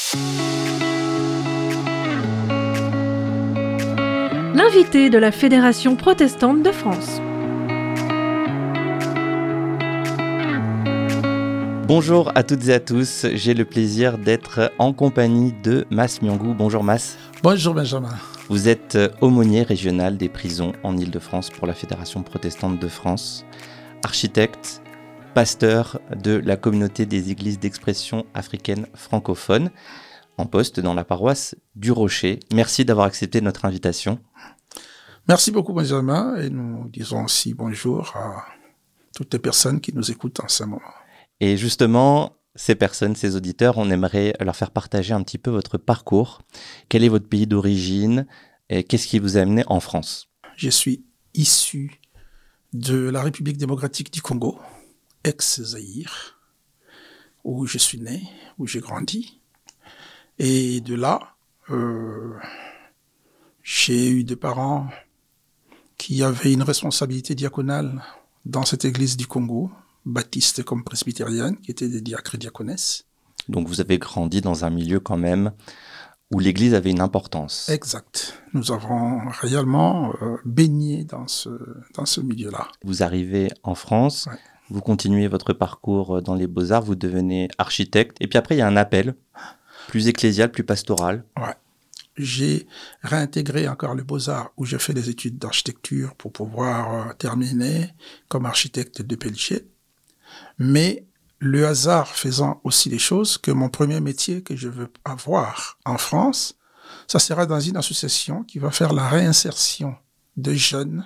L'invité de la Fédération protestante de France. Bonjour à toutes et à tous, j'ai le plaisir d'être en compagnie de Mas Myongou. Bonjour Mas. Bonjour Benjamin. Vous êtes aumônier régional des prisons en Île-de-France pour la Fédération protestante de France, architecte, pasteur de la communauté des églises d'expression africaine francophone, en poste dans la paroisse du Rocher. Merci d'avoir accepté notre invitation. Merci beaucoup Benjamin, et nous disons aussi bonjour à toutes les personnes qui nous écoutent en ce moment. Et justement, ces personnes, ces auditeurs, on aimerait leur faire partager un petit peu votre parcours. Quel est votre pays d'origine et qu'est-ce qui vous a amené en France ? Je suis issu de la République démocratique du Congo, ex-Zaïre, où je suis né, où j'ai grandi. Et de là, j'ai eu des parents qui avaient une responsabilité diaconale dans cette église du Congo, baptiste comme presbytérienne, qui étaient des diacres et diaconesses. Donc vous avez grandi dans un milieu quand même où l'église avait une importance. Exact. Nous avons réellement baigné dans ce milieu-là. Vous arrivez en France, ouais. Vous continuez votre parcours dans les Beaux-Arts, vous devenez architecte, et puis après il y a un appel, plus ecclésial, plus pastoral. Ouais. J'ai réintégré encore les Beaux-Arts où j'ai fait des études d'architecture pour pouvoir terminer comme architecte de Pelletier. Mais le hasard faisant aussi les choses, que mon premier métier que je veux avoir en France, ça sera dans une association qui va faire la réinsertion de jeunes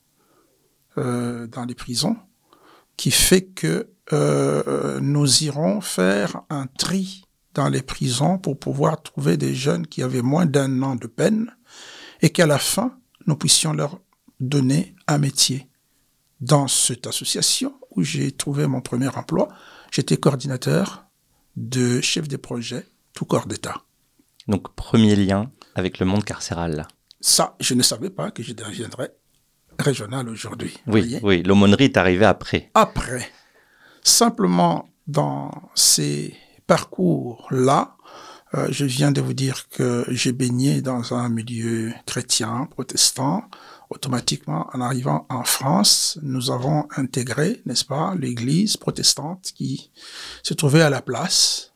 dans les prisons, qui fait que nous irons faire un tri dans les prisons pour pouvoir trouver des jeunes qui avaient moins d'1 an de peine et qu'à la fin, nous puissions leur donner un métier. Dans cette association où j'ai trouvé mon premier emploi, j'étais coordinateur de chef de projet tout corps d'État. Donc premier lien avec le monde carcéral là. Ça, je ne savais pas que je deviendrais régional aujourd'hui. Oui, l'aumônerie est arrivée après. Après. Simplement, dans ces parcours-là, je viens de vous dire que j'ai baigné dans un milieu chrétien, protestant. Automatiquement, en arrivant en France, nous avons intégré, n'est-ce pas, l'église protestante qui se trouvait à la place,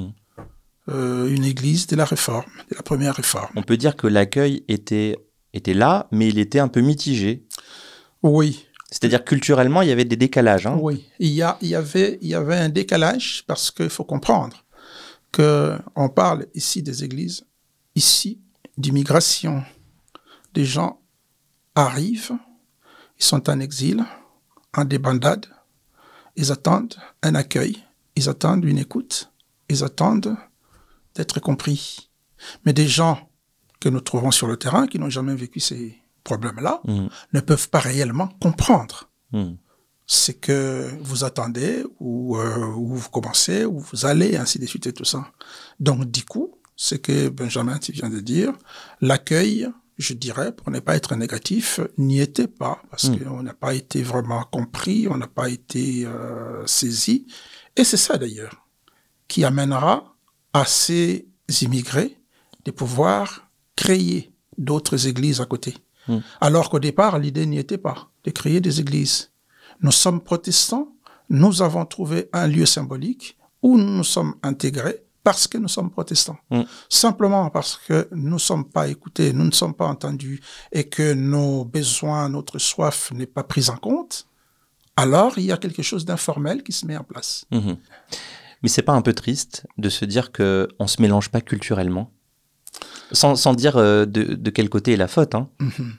une église de la Réforme, de la première Réforme. On peut dire que l'accueil était là, mais il était un peu mitigé. Oui. C'est-à-dire culturellement, il y avait des décalages. Hein. Oui, il y avait un décalage parce qu'il faut comprendre qu'on parle ici des églises, ici d'immigration. Des gens arrivent, ils sont en exil, en débandade, ils attendent un accueil, ils attendent une écoute, ils attendent d'être compris. Mais des gens que nous trouvons sur le terrain, qui n'ont jamais vécu ces problèmes-là, ne peuvent pas réellement comprendre ce que vous attendez, ou vous commencez, ou vous allez, ainsi de suite et tout ça. Donc, du coup, ce que Benjamin, tu viens de dire, l'accueil, je dirais, pour ne pas être négatif, n'y était pas, parce qu'on n'a pas été vraiment compris, on n'a pas été saisi. Et c'est ça, d'ailleurs, qui amènera à ces immigrés de pouvoir créer d'autres églises à côté. Alors qu'au départ, l'idée n'y était pas de créer des églises. Nous sommes protestants, nous avons trouvé un lieu symbolique où nous nous sommes intégrés parce que nous sommes protestants. Simplement parce que nous ne sommes pas écoutés, nous ne sommes pas entendus et que nos besoins, notre soif n'est pas pris en compte, alors il y a quelque chose d'informel qui se met en place. Mais c'est pas un peu triste de se dire qu'on ne se mélange pas culturellement ? Sans dire de quel côté est la faute. Hein.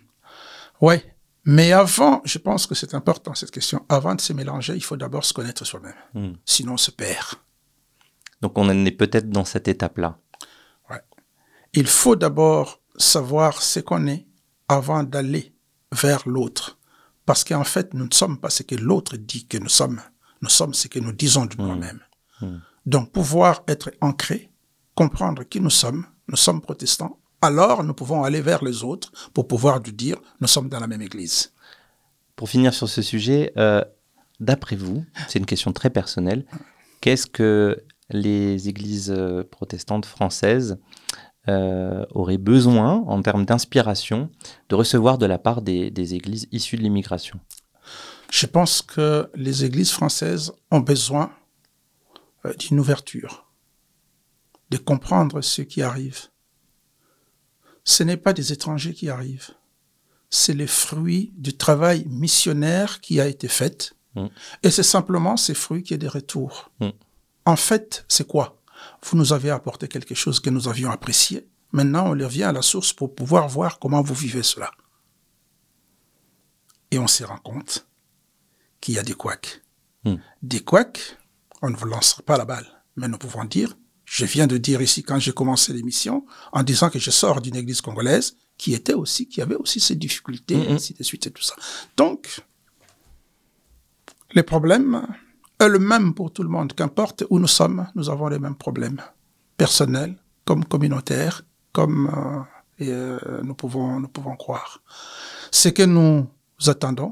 Oui, mais avant, je pense que c'est important cette question, avant de se mélanger, il faut d'abord se connaître soi-même. Sinon on se perd. Donc on en est peut-être dans cette étape-là. Ouais. Il faut d'abord savoir ce qu'on est avant d'aller vers l'autre. Parce qu'en fait, nous ne sommes pas ce que l'autre dit que nous sommes. Nous sommes ce que nous disons de nous-mêmes. Donc pouvoir être ancré, comprendre qui nous sommes protestants, alors nous pouvons aller vers les autres pour pouvoir nous dire nous sommes dans la même église. Pour finir sur ce sujet, d'après vous, c'est une question très personnelle, qu'est-ce que les églises protestantes françaises auraient besoin, en termes d'inspiration, de recevoir de la part des églises issues de l'immigration? Je pense que les églises françaises ont besoin d'une ouverture, de comprendre ce qui arrive. Ce n'est pas des étrangers qui arrivent. C'est le fruit du travail missionnaire qui a été fait. Et c'est simplement ces fruits qui est des retours. En fait, c'est quoi? Vous nous avez apporté quelque chose que nous avions apprécié. Maintenant, on revient à la source pour pouvoir voir comment vous vivez cela. Et on se rend compte qu'il y a des couacs. Des couacs, on ne vous lancera pas la balle. Mais nous pouvons dire, je viens de dire ici quand j'ai commencé l'émission, en disant que je sors d'une église congolaise qui avait aussi ses difficultés, ainsi de suite et tout ça. Donc, les problèmes est le même pour tout le monde. Qu'importe où nous sommes, nous avons les mêmes problèmes. Personnels, comme communautaires, comme nous pouvons croire. C'est que nous attendons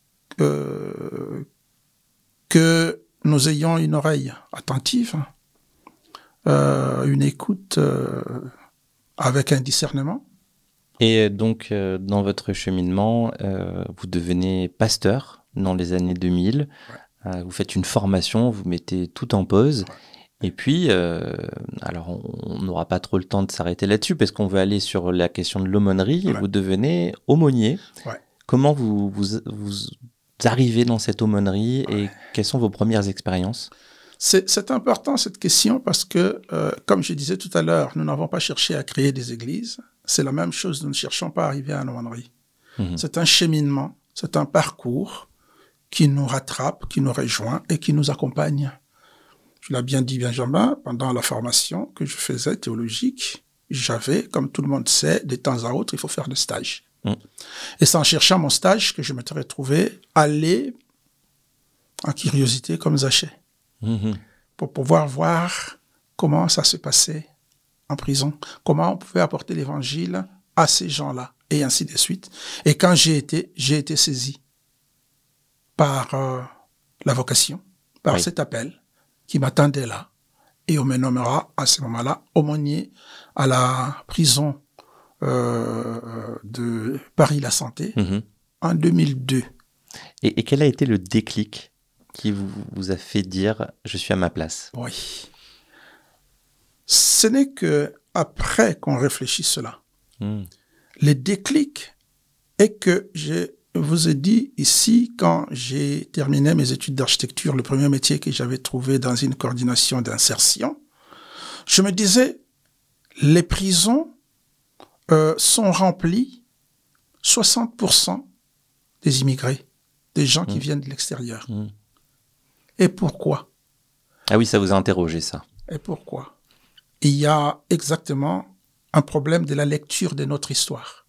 que nous ayons une oreille attentive, une écoute avec un discernement. Et donc, dans votre cheminement, vous devenez pasteur dans les années 2000. Vous faites une formation, vous mettez tout en pause. Et puis, alors on n'aura pas trop le temps de s'arrêter là-dessus parce qu'on veut aller sur la question de l'aumônerie et vous devenez aumônier. Comment vous arrivez dans cette aumônerie et quelles sont vos premières expériences? C'est important cette question parce que, comme je disais tout à l'heure, nous n'avons pas cherché à créer des églises. C'est la même chose, nous ne cherchons pas à arriver à l'aumônerie. C'est un cheminement, c'est un parcours qui nous rattrape, qui nous rejoint et qui nous accompagne. Tu l'as bien dit, Benjamin, pendant la formation que je faisais théologique, j'avais, comme tout le monde sait, de temps à autre, il faut faire des stages. Et c'est en cherchant mon stage que je m'étais retrouvé aller en curiosité comme Zachée, pour pouvoir voir comment ça se passait en prison, comment on pouvait apporter l'évangile à ces gens-là, et ainsi de suite. Et quand j'ai été saisi par la vocation, par cet appel qui m'attendait là, et on me nommera à ce moment-là aumônier à la prison de Paris-la-Santé en 2002. Et quel a été le déclic qui vous a fait dire « je suis à ma place » ? Oui. Ce n'est qu'après qu'on réfléchit cela. Le déclic est que je vous ai dit ici, quand j'ai terminé mes études d'architecture, le premier métier que j'avais trouvé dans une coordination d'insertion, je me disais, les prisons sont remplies 60% des immigrés, des gens qui viennent de l'extérieur. Et pourquoi? Ah oui, ça vous a interrogé, ça. Et pourquoi? Il y a exactement un problème de la lecture de notre histoire.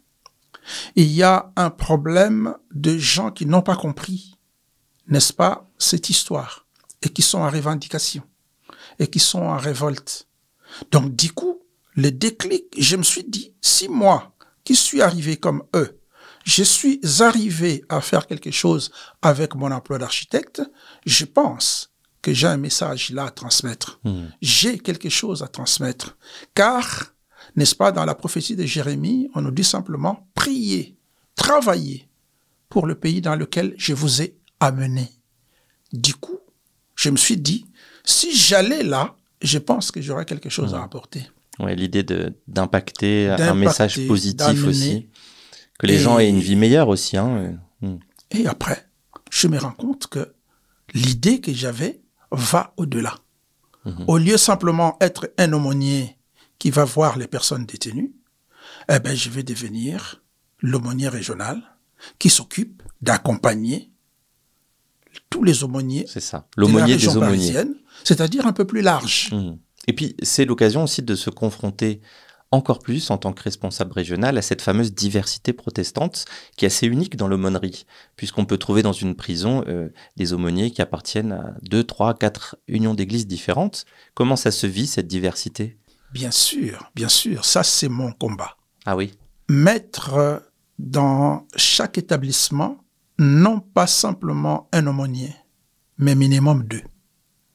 Il y a un problème de gens qui n'ont pas compris, n'est-ce pas, cette histoire, et qui sont en revendication, et qui sont en révolte. Donc, du coup, le déclic, je me suis dit, si moi, qui suis arrivé comme eux, je suis arrivé à faire quelque chose avec mon emploi d'architecte, je pense que j'ai un message là à transmettre. J'ai quelque chose à transmettre. Car, n'est-ce pas, dans la prophétie de Jérémie, on nous dit simplement, priez, travaillez pour le pays dans lequel je vous ai amené. Du coup, je me suis dit, si j'allais là, je pense que j'aurais quelque chose à apporter. Ouais, l'idée d'impacter un message positif aussi. Que les gens aient une vie meilleure aussi. Et après, je me rends compte que l'idée que j'avais va au-delà. Au lieu simplement être un aumônier qui va voir les personnes détenues, je vais devenir l'aumônier régional qui s'occupe d'accompagner tous les aumôniers. C'est ça, l'aumônier des aumôniers. C'est-à-dire un peu plus large. Et puis, c'est l'occasion aussi de se confronter encore plus en tant que responsable régional à cette fameuse diversité protestante qui est assez unique dans l'aumônerie, puisqu'on peut trouver dans une prison des aumôniers qui appartiennent à 2, 3, 4 unions d'églises différentes. Comment ça se vit, cette diversité ? Bien sûr, ça c'est mon combat. Ah oui ? Mettre dans chaque établissement, non pas simplement un aumônier, mais minimum 2.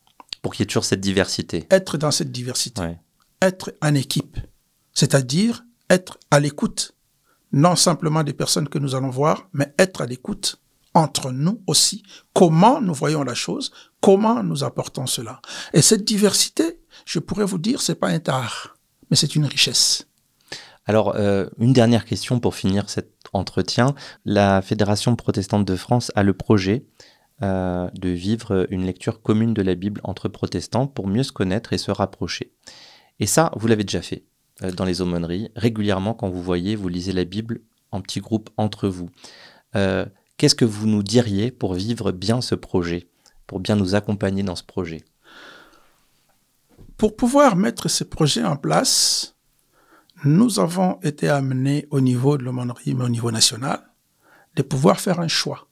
Pour qu'il y ait toujours cette diversité. Être dans cette diversité. Ouais. Être en équipe. C'est-à-dire être à l'écoute. Non simplement des personnes que nous allons voir, mais être à l'écoute entre nous aussi. Comment nous voyons la chose, comment nous apportons cela. Et cette diversité, je pourrais vous dire, c'est pas un tard, mais c'est une richesse. Alors, une dernière question pour finir cet entretien. La Fédération protestante de France a le projet de vivre une lecture commune de la Bible entre protestants pour mieux se connaître et se rapprocher. Et ça, vous l'avez déjà fait dans les aumôneries. Régulièrement, quand vous voyez, vous lisez la Bible en petits groupes entre vous. Qu'est-ce que vous nous diriez pour vivre bien ce projet, pour bien nous accompagner dans ce projet? Pour pouvoir mettre ce projet en place, nous avons été amenés au niveau de l'aumônerie, mais au niveau national, de pouvoir faire un choix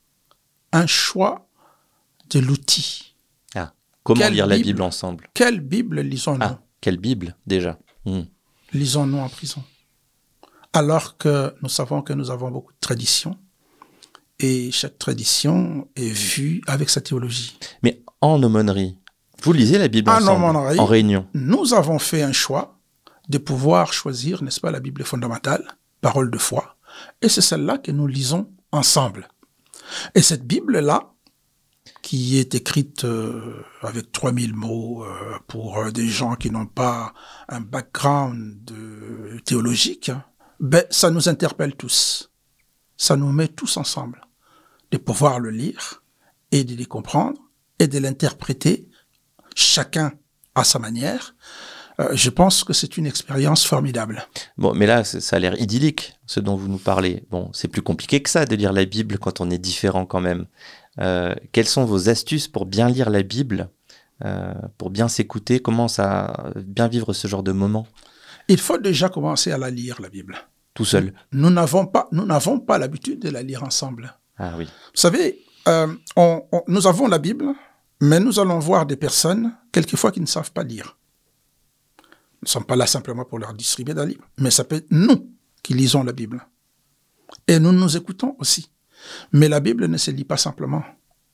de l'outil. Comment lire la Bible ensemble? Quelle Bible lisons-nous? Quelle Bible, déjà? Lisons-nous en prison? Alors que nous savons que nous avons beaucoup de traditions, et chaque tradition est vue avec sa théologie. Mais en aumônerie, vous lisez la Bible ensemble, en réunion? Nous avons fait un choix de pouvoir choisir, n'est-ce pas, la Bible fondamentale, parole de foi, et c'est celle-là que nous lisons ensemble. Et cette Bible-là, qui est écrite avec 3000 mots pour des gens qui n'ont pas un background théologique, ça nous interpelle tous. Ça nous met tous ensemble, de pouvoir le lire et de les comprendre et de l'interpréter, chacun à sa manière. Je pense que c'est une expérience formidable. Bon, mais là, ça a l'air idyllique, ce dont vous nous parlez. Bon, c'est plus compliqué que ça de lire la Bible quand on est différent quand même. Quelles sont vos astuces pour bien lire la Bible, pour bien s'écouter? Comment bien vivre ce genre de moment? Il faut déjà commencer à la lire, la Bible. Tout seul? Nous n'avons pas l'habitude de la lire ensemble. Ah oui. Vous savez, nous avons la Bible, mais nous allons voir des personnes, quelquefois, qui ne savent pas lire. Nous ne sommes pas là simplement pour leur distribuer la Bible, mais ça peut être nous qui lisons la Bible. Et nous nous écoutons aussi. Mais la Bible ne se lit pas simplement.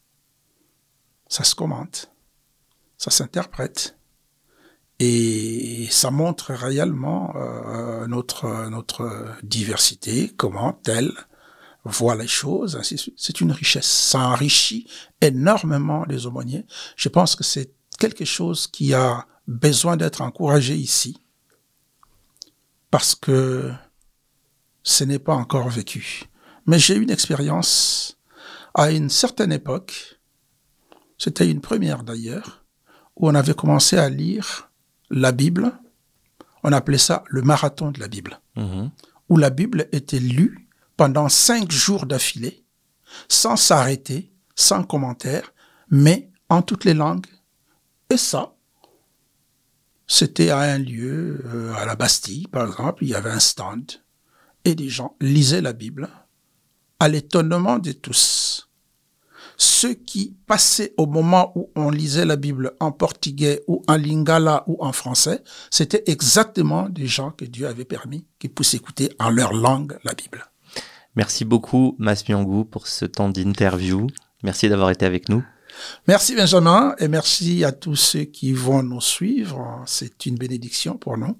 Ça se commente, ça s'interprète, et ça montre réellement notre diversité, comment elle voit les choses, ainsi de suite. C'est une richesse. Ça enrichit énormément les aumôniers. Je pense que c'est quelque chose qui a besoin d'être encouragé ici, parce que ce n'est pas encore vécu. Mais j'ai eu une expérience à une certaine époque, c'était une première d'ailleurs, où on avait commencé à lire la Bible, on appelait ça le marathon de la Bible, où la Bible était lue pendant 5 jours d'affilée, sans s'arrêter, sans commentaire, mais en toutes les langues. Et ça, c'était à un lieu, à la Bastille par exemple, il y avait un stand, et les gens lisaient la Bible, à l'étonnement de tous. Ceux qui passaient au moment où on lisait la Bible en portugais ou en lingala ou en français, c'était exactement des gens que Dieu avait permis qu'ils puissent écouter en leur langue la Bible. Merci beaucoup, Mas Miangou, pour ce temps d'interview. Merci d'avoir été avec nous. Merci Benjamin, et merci à tous ceux qui vont nous suivre. C'est une bénédiction pour nous.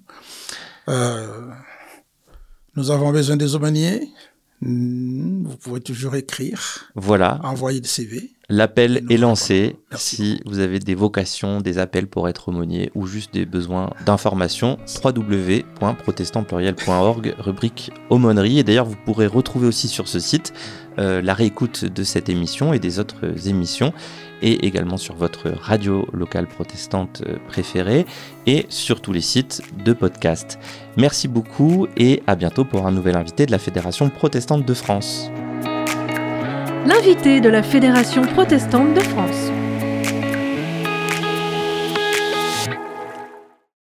Nous avons besoin des aumôniers. Vous pouvez toujours écrire, envoyer des CV. L'appel est lancé. Si vous avez des vocations, des appels pour être aumônier ou juste des besoins d'informations, www.protestantpluriel.org, rubrique aumônerie. Et d'ailleurs, vous pourrez retrouver aussi sur ce site la réécoute de cette émission et des autres émissions, et également sur votre radio locale protestante préférée et sur tous les sites de podcast. Merci beaucoup et à bientôt pour un nouvel invité de la Fédération protestante de France. L'invité de la Fédération protestante de France.